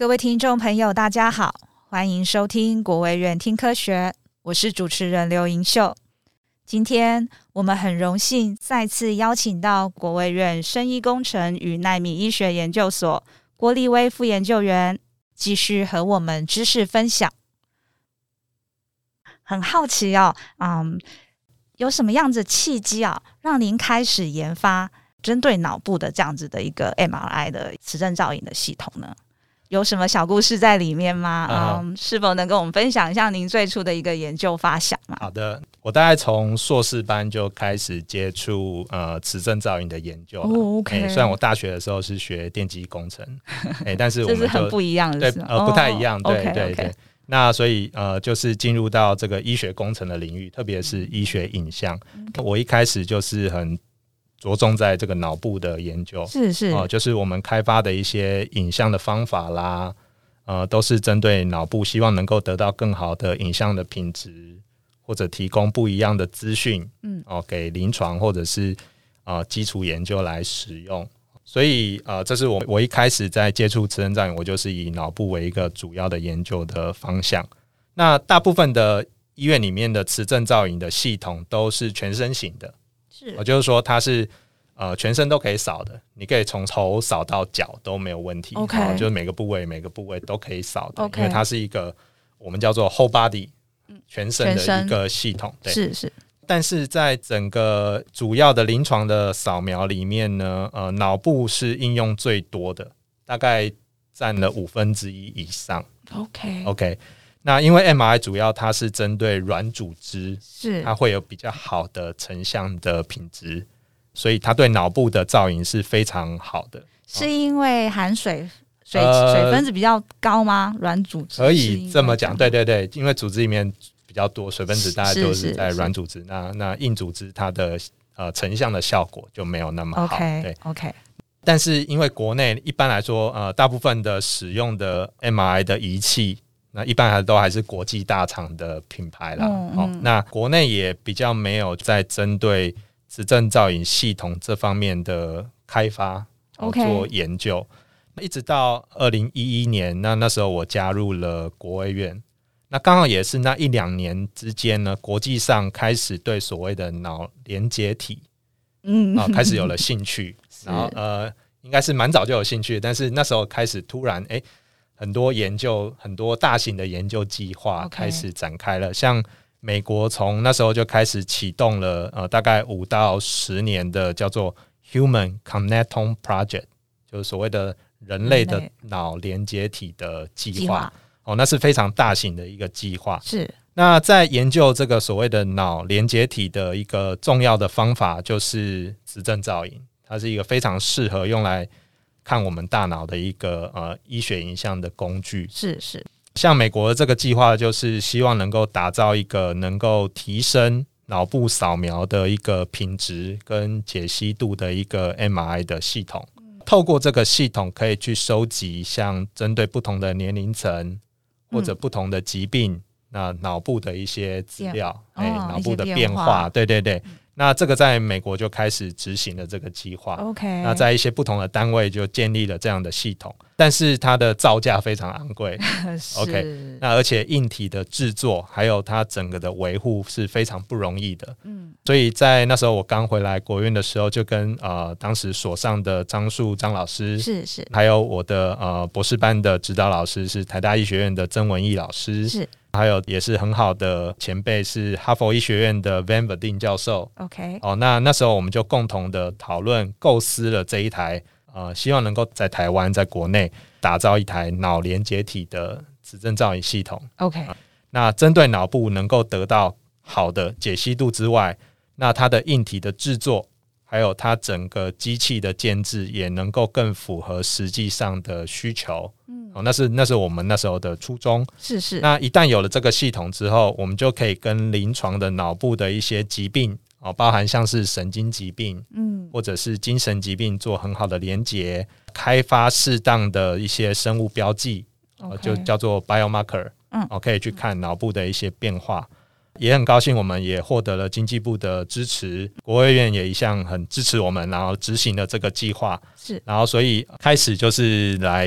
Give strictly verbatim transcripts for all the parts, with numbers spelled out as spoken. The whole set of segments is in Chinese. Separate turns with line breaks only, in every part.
各位听众朋友大家好，欢迎收听国卫院听科学，我是主持人刘盈秀。今天我们很荣幸再次邀请到国卫院生医工程与奈米医学研究所郭立威副研究员继续和我们知识分享。很好奇哦，嗯，有什么样子契机啊，让您开始研发针对脑部的这样子的一个 M R I 的磁振造影的系统呢？有什么小故事在里面吗？
啊、
嗯，是否能跟我们分享一下您最初的一个研究发想吗？
好的，我大概从硕士班就开始接触呃磁振造影的研究了。
哦 OK
欸，虽然我大学的时候是学电机工程，欸，但是我们就
这是很不一样的，
对，呃，不太一样，
哦、
对
okay,
对
okay.
对。那所以呃，就是进入到这个医学工程的领域，特别是医学影像。Okay. 我一开始就是很着重在这个脑部的研究，
是是，
呃，就是我们开发的一些影像的方法啦。呃，都是针对脑部，希望能够得到更好的影像的品质，或者提供不一样的资讯，嗯，哦，给临床或者是呃基础研究来使用。所以呃，这是我我一开始在接触磁振造影，我就是以脑部为一个主要的研究的方向。那大部分的医院里面的磁振造影的系统都是全身型的，是，呃，就是说它是。呃，全身都可以扫的，你可以从头扫到脚都没有问题。
OK，
呃、就是每个部位每个部位都可以扫的，
okay.
因为它是一个我们叫做 whole body 全身的一个系统。对，
是是。
但是在整个主要的临床的扫描里面呢，呃，脑部是应用最多的，大概占了五分之一以上。
OK
OK， 那因为 M R I 主要它是针对软组织，
是它
会有比较好的成像的品质。所以它对脑部的造影是非常好的。
是因为含水 水,、呃、水分子比较高吗？软组织
可以这么讲，对对对，因为组织里面比较多水分子，大概都是在软组织，那那硬组织它的呃成像的效果就没有那么好。
OK
对
OK。
但是因为国内一般来说，呃，大部分的使用的 M R I 的仪器，那一般还都还是国际大厂的品牌啦。嗯嗯哦、那国内也比较没有在针对磁振造影系统这方面的开发、okay. 做研究，一直到二零一一年，那那时候我加入了国卫院，那刚好也是那一两年之间呢，国际上开始对所谓的脑连结体，嗯、啊，开始有了兴趣，然后呃，应该是蛮早就有兴趣，但是那时候开始突然，哎，很多研究，很多大型的研究计划开始展开了， okay. 像。美国从那时候就开始启动了呃大概五到十年的叫做 Human Connectome Project， 就是所谓的人类的脑连结体的计划。哦，那是非常大型的一个计划。是。那在研究这个所谓的脑连结体的一个重要的方法就是磁振造影，它是一个非常适合用来看我们大脑的一个呃医学影像的工具。是是。像美国的这个计划就是希望能够打造一个能够提升脑部扫描的一个品质跟解析度的一个 M R I 的系统，透过这个系统可以去收集像针对不同的年龄层或者不同的疾病、嗯、那脑部的一些资料、哦欸、脑部的变化，对对对、嗯，那这个在美国就开始执行了这个计划。OK， 那在一些不同的单位就建立了这样的系统，但是它的造价非常昂贵。OK， 那而且硬体的制作还有它整个的维护是非常不容易的。嗯，所以在那时候我刚回来国院的时候，就跟呃当时所上的张树张老师是是，还有我的呃博士班的指导老师是台大医学院的曾文义老师是。还有也是很好的前辈是哈佛医学院的 Van Verdeen 教授。OK， 哦，那那时候我们就共同的讨论构思了这一台呃，希望能够在台湾在国内打造一台脑连结体的磁振造影系统。OK，呃、那针对脑部能够得到好的解析度之外，那它的硬体的制作还有它整个机器的建制也能够更符合实际上的需求。嗯，哦，那是那是我们那时候的初衷。是是。那一旦有了这个系统之后，我们就可以跟临床的脑部的一些疾病，哦，包含像是神经疾病，嗯，或者是精神疾病做很好的连结，开发适当的一些生物标记，哦，就叫做 biomarker，嗯，哦，可以去看脑部的一些变化。也很高兴我们也获得了经济部的支持，国卫院也一向很支持我们，然后执行了这个计划。是，然后所以开始就是来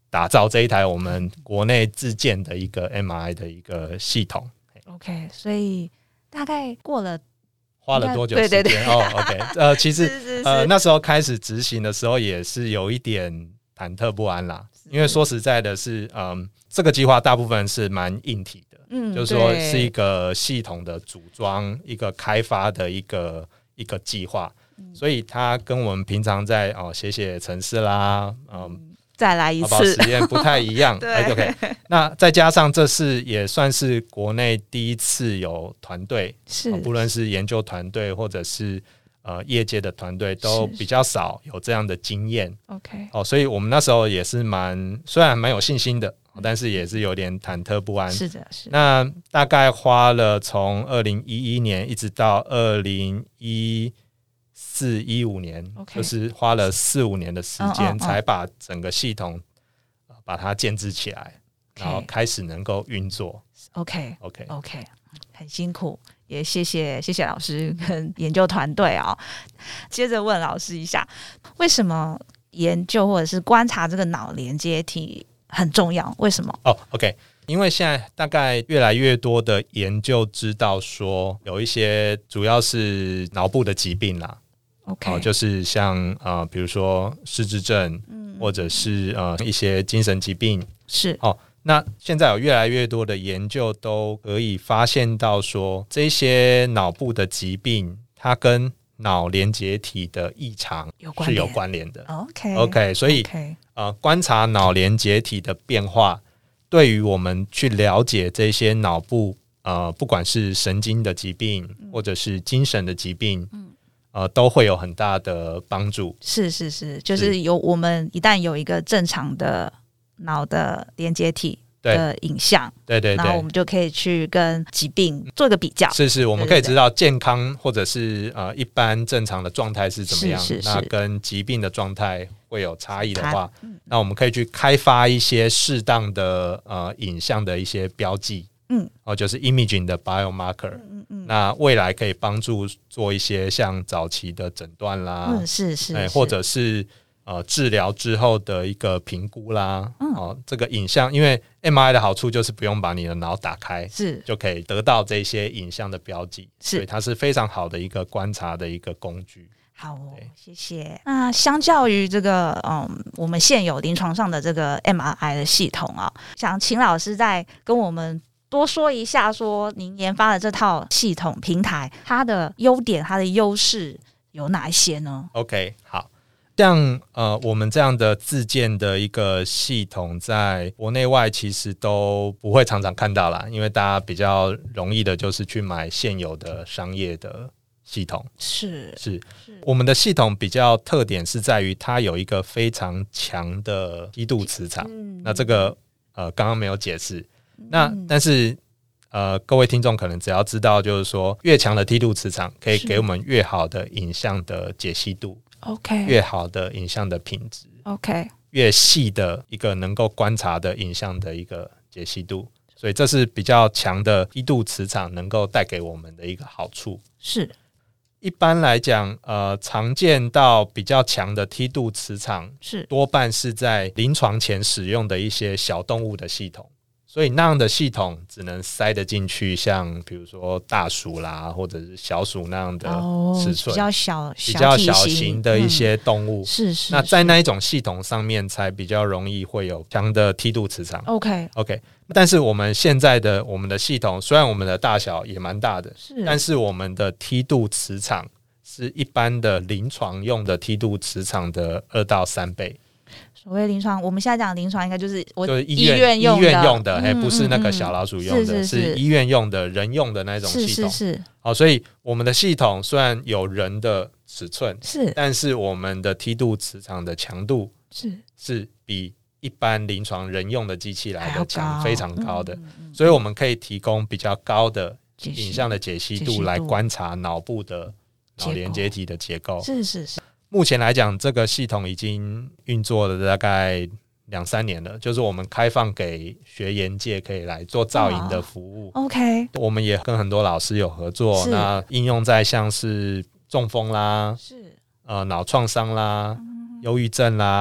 打造这一台我们国内自建的一个 M R I 的一个系统。
OK， 所以大概过了
花了多久时间？
对对对
哦 OK 呃，其实
是是是
呃那时候开始执行的时候也是有一点忐忑不安啦，因为说实在的是嗯，这个计划大部分是蛮硬体的，嗯，就是说是一个系统的组装一个开发的一个一个计划，嗯，所以它跟我们平常在哦写写程式啦，嗯，
再来一次
宝宝实验不太一样。
对，
哎 OK， 那再加上这是也算是国内第一次有团队，是，不论是研究团队或者是呃业界的团队都比较少有这样的经验。OK，哦，所以我们那时候也是蛮虽然蛮有信心的，但是也是有点忐忑不安。
是的，是的。
那大概花了从二零一一年一直到二零一四一五年， okay， 就是花了四五年的时间，嗯嗯嗯，才把整个系统把它建制起来， okay， 然后开始能够运作。
OK OK OK， 很辛苦，也谢谢谢谢老师跟研究团队啊。接着问老师一下，为什么研究或者是观察这个脑连接体很重要？为什么？
哦 OK， 因为现在大概越来越多的研究知道说，有一些主要是脑部的疾病啦。OK，呃、就是像呃，比如说失智症，嗯，或者是呃一些精神疾病，是哦。那现在有越来越多的研究都可以发现到说，这些脑部的疾病，它跟脑连结体的异常是有关联的。OK OK， 所以 okay，呃，观察脑连结体的变化，对于我们去了解这些脑部呃，不管是神经的疾病，嗯，或者是精神的疾病，嗯。呃，都会有很大的帮助。是是是，就是有我们一旦有一个正常的脑的连接体的影像，对对对，然后我们就可以去跟疾病做一个比较。是是，我们可以知道健康或者是呃一般正常的状态是怎么样，是是是，那跟疾病的状态会有差异的话，嗯，那我们可以去开发一些适当的呃影像的一些标记。嗯，哦，就是 imaging 的 biomarker，嗯嗯，那未来可以帮助做一些像早期的诊断啦，嗯，是是，欸，或者是呃治疗之后的一个评估啦，嗯，哦，这个影像，因为 M R I 的好处就是不用把你的脑打开，是就可以得到这些影像的标记，是，所以它是非常好的一个观察的一个工具。好哦，谢谢。那相较于这个嗯，我们现有临床上的这个 M R I 的系统啊，想请老师再跟我们多说一下，说您研发的这套系统平台，它的优点、它的优势有哪一些呢 ？OK， 好，像呃我们这样的自建的一个系统，在国内外其实都不会常常看到啦，因为大家比较容易的就是去买现有的商业的系统。是是，我们的系统比较特点是在于它有一个非常强的梯度磁场，嗯，那这个呃刚刚没有解释。那但是呃，各位听众可能只要知道，就是说越强的梯度磁场可以给我们越好的影像的解析度 ，OK， 越好的影像的品质 ，OK， 越细的一个能够观察的影像的一个解析度，所以这是比较强的梯度磁场能够带给我们的一个好处。是，一般来讲，呃，常见到比较强的梯度磁场，是多半是在临床前使用的一些小动物的系统。所以那样的系统只能塞得进去像比如说大鼠啦或者是小鼠那样的尺寸，哦，比较小比较小型的一些动物，嗯，是是，那在那一种系统上面才比较容易会有强的梯度磁场。 OK OK， 但是我们现在的我们的系统虽然我们的大小也蛮大的，是，但是我们的梯度磁场是一般的临床用的梯度磁场的二到三倍。所谓临床，我们现在讲临床应该就是我就是医院用的，医院用的，嗯，不是那个小老鼠用的，是, 是, 是, 是医院用的人用的那种系统。是是是，哦，所以我们的系统虽然有人的尺寸，是，但是我们的梯度磁场的强度是是比一般临床人用的机器来的强，非常高的，嗯嗯，所以我们可以提供比较高的影像的解析度来观察脑部的脑连结体的结构。是是是。目前来讲，这个系统已经运作了大概两三年了，就是我们开放给学研界可以来做造影的服务。哦， OK， 我们也跟很多老师有合作，那应用在像是中风啦，是呃脑创伤啦、忧郁症啦，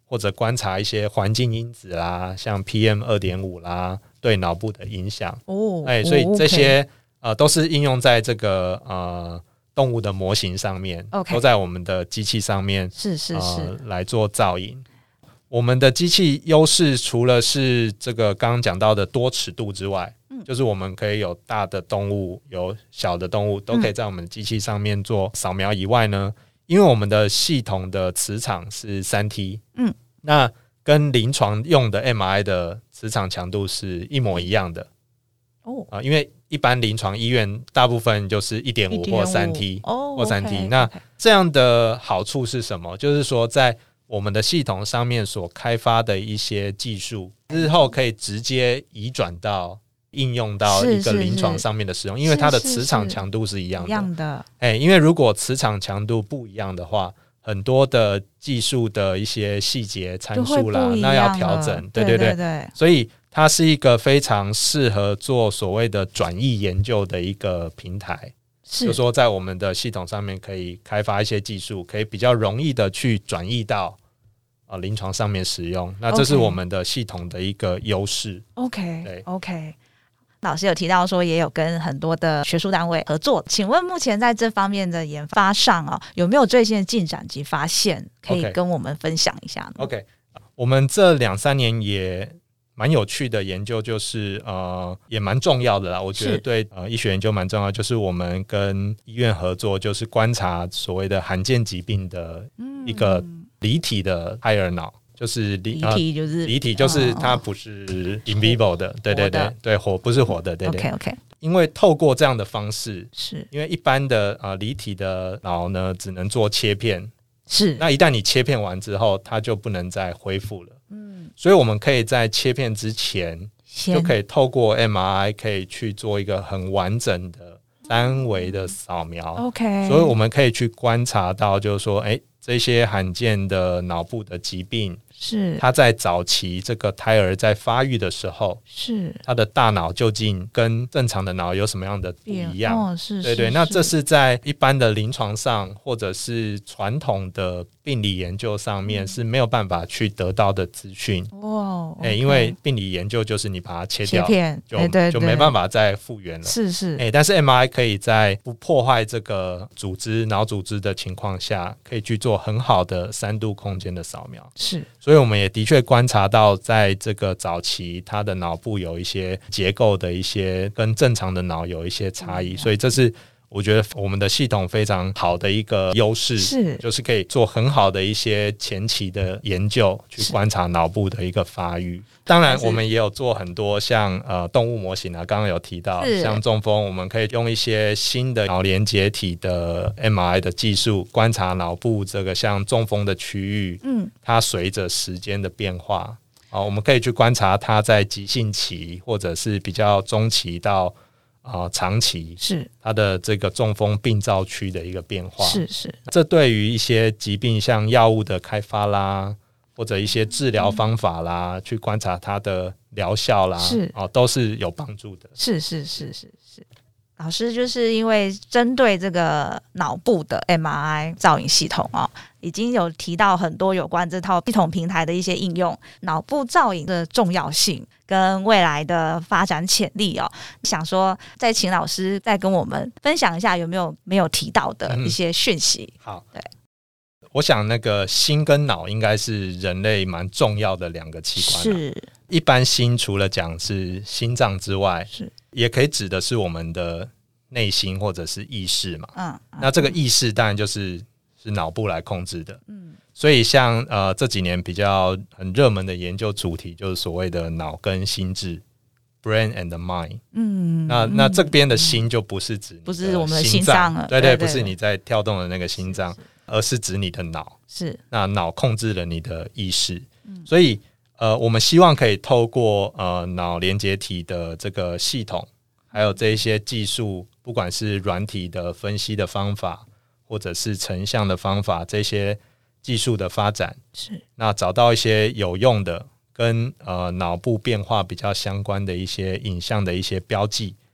或者观察一些环境因子啦，像 P M 二点五 啦，对脑部的影响。
哦，
哎，所以这些、
哦 okay
呃都是应用在这个呃动物的模型上面，
okay
都在我们的机器上面，
是是是、
呃、来做造影。我们的机器优势除了是这个刚刚讲到的多尺度之外，嗯、就是我们可以有大的动物，有小的动物，都可以在我们的机器上面做扫描以外呢，因为我们的系统的磁场是 三 T， 嗯，那跟临床用的 M R I 的磁场强度是一模一样的。哦、呃，因为一般临床医院大部分就是 一点五 或 三 T、哦、或 三 T、okay, 那这样的好处是什么？就是说在我们的系统上面所开发的一些技术日后可以直接移转到应用到一个临床上面的使用，因为它的磁场强度是一样的。是是是一样的、欸、因为如果磁场强度不一样的话，很多的技术的一些细节参数啦，那要调整，对对 对, 对, 对，所以它是一个非常适合做所谓的转译研究的一个平台，就是说在我们的系统上面可以开发一些技术，可以比较容易的去转译到、呃、临床上面使用，那这是我们的系统的一个优势。
OK 对 OK，老师有提到说也有跟很多的学术单位合作，请问目前在这方面的研发上、哦、有没有最新的进展及发现可以跟我们分享一下呢？
OK， 我们这两三年也蛮有趣的研究，就是呃也蛮重要的啦，我觉得对呃医学研究蛮重要，就是我们跟医院合作，就是观察所谓的罕见疾病的一个离体的胎儿脑。就是离体就是离体就是它不是 in vivo 的，对对对对，活不是活的，对对
OK OK。
因为透过这样的方式，
是
因为一般的呃离体的脑呢，只能做切片，
是
那一旦你切片完之后，它就不能再恢复了。嗯，所以我们可以在切片之前就可以透过 M R I 可以去做一个很完整的三维的扫描。OK， 所以我们可以去观察到，就是说，哎，这些罕见的脑部的疾病。是他在早期这个胎儿在发育的时候，是他的大脑究竟跟正常的脑有什么样的不一样？哦，是，对对。那这是在一般的临床上或者是传统的病理研究上面是没有办法去得到的资讯。哇、欸，因为病理研究就是你把它切掉，切片就、欸、对对，就没办法再复原了。是是、欸，但是 M R I 可以在不破坏这个组织脑组织的情况下，可以去做很好的三度空间的扫描。是。所以我们也的确观察到在这个早期他的脑部有一些结构的一些跟正常的脑有一些差异，所以这是我觉得我们的系统非常好的一个优势，是就是可以做很好的一些前期的研究，去观察脑部的一个发育。当然我们也有做很多像呃动物模型啊，刚刚有提到像中风，我们可以用一些新的脑连结体的 M R I 的技术观察脑部这个像中风的区域，嗯，它随着时间的变化、呃、我们可以去观察它在急性期或者是比较中期到呃、长期是它的这个中风病灶区的一个变化，是是，这对于一些疾病像药物的开发啦，或者一些治疗方法啦、嗯、去观察它的疗效啦，是、哦、都是有帮助的。是是是是是。老师就是因为针对这个脑部的 M R I 造影系统、哦、已经有提到很多有关这套系统平台的一些应用，脑部造影的重要性跟未来的发展潜力哦，想说再请老师再跟我们分享一下有没有没有提到的一些讯息、嗯、好，对，我想那个心跟脑应该是人类蛮重要的两个器官、啊、是一般心除了讲是心脏之外，是也可以指的是我们的内心或者是意识嘛，嗯，嗯那这个意识当然就是是脑部来控制的，嗯，所以像呃这几年比较很热门的研究主题就是所谓的脑跟心智 brain and mind， 嗯，那那这边的心就不是指你的心脏，不是我们的心脏了，对 对, 对, 对，不是你在跳动的那个心脏，是是而是指你的脑，是那脑控制了你的意识、嗯、所以呃，我们希望可以透过呃脑连结体的这个系统，还有这一些技术，不管是软体的分析的方法，或者是成像的方法，这些技术的发展，是那找到一些有用的跟呃脑部变化比较相关的一些影像的一些标记，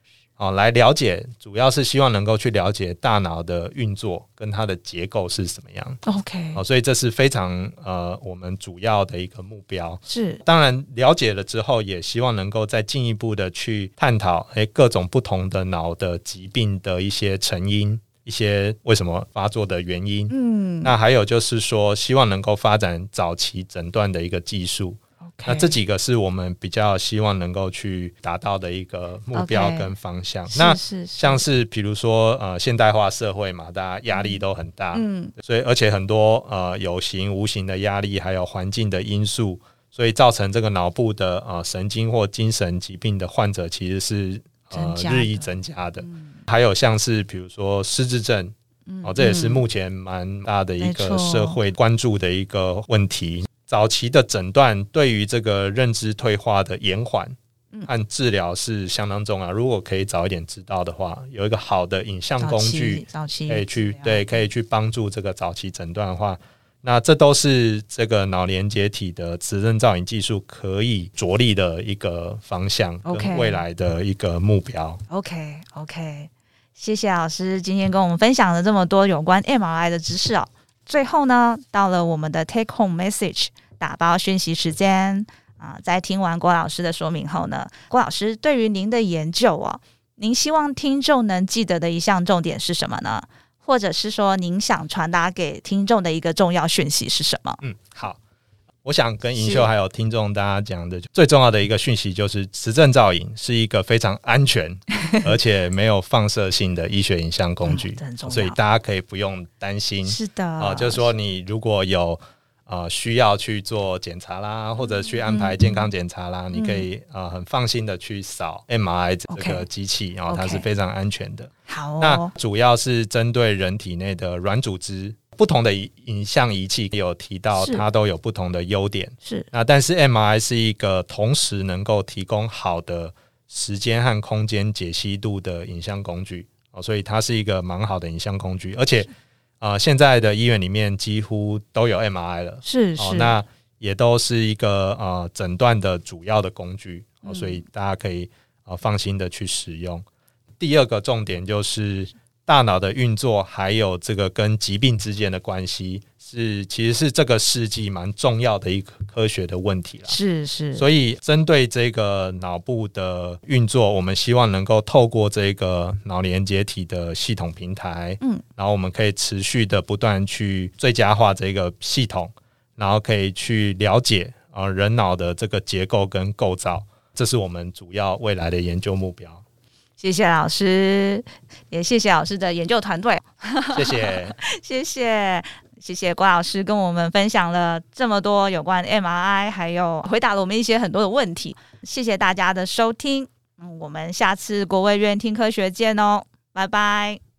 哦，来了解，主要是希望能够去了解大脑的运作跟它的结构是什么样。
OK，
哦，所以这是非常呃我们主要的一个目标。
是，
当然了解了之后，也希望能够再进一步的去探讨，诶，各种不同的脑的疾病的一些成因，一些为什么发作的原因。嗯，那还有就是说，希望能够发展早期诊断的一个技术。Okay. 那这几个是我们比较希望能够去达到的一个目标跟方向。Okay. 那像是比如说呃现代化社会嘛，大家压力都很大，嗯，所以而且很多呃有形无形的压力，还有环境的因素，所以造成这个脑部的呃神经或精神疾病的患者其实是呃日益增加的。嗯、还有像是比如说失智症，嗯哦，这也是目前蛮大的一个社会关注的一个问题。早期的诊断对于这个认知退化的延缓和治疗是相当重要。如果可以早一点知道的话，有一个好的影像工具可以去对可以去帮助这个早期诊断的话，那这都是这个脑连结体的磁振造影技术可以着力的一个方向跟未来的一个目标。
OK OK， 谢谢老师今天跟我们分享了这么多有关 M R I 的知识哦。最后呢，到了我们的 Take Home Message 打包讯息时间啊！在听完郭老师的说明后呢，郭老师对于您的研究哦，您希望听众能记得的一项重点是什么呢？或者是说您想传达给听众的一个重要讯息是什么？
嗯，好，我想跟银秀还有听众大家讲的最重要的一个讯息就是磁振造影是一个非常安全而且没有放射性的医学影像工具、嗯、所以大家可以不用担心。
是的、
呃、就是说你如果有呃需要去做检查啦，或者去安排健康检查啦、嗯、你可以、呃、很放心的去扫 M R I 这个机器，然后、okay. 它是非常安全的。
好、哦，
那主要是针对人体内的软组织，不同的影像仪器有提到它都有不同的优点，
是
那但是 M R I 是一个同时能够提供好的时间和空间解析度的影像工具、哦、所以它是一个蛮好的影像工具，而且、呃、现在的医院里面几乎都有 M R I 了，
是是、
哦、那也都是一个呃诊断的主要的工具、哦嗯、所以大家可以、呃、放心的去使用。第二个重点就是大脑的运作还有这个跟疾病之间的关系是其实是这个世纪蛮重要的一个科学的问题啦。
是是，
所以针对这个脑部的运作，我们希望能够透过这个脑连结体的系统平台，嗯，然后我们可以持续的不断去最佳化这个系统，然后可以去了解、呃、人脑的这个结构跟构造，这是我们主要未来的研究目标。
谢谢老师，也谢谢老师的研究团队。
谢谢，
谢谢，谢谢郭老师跟我们分享了这么多有关 M R I， 还有回答了我们一些很多的问题。谢谢大家的收听，嗯，我们下次国卫院听科学见哦，拜拜。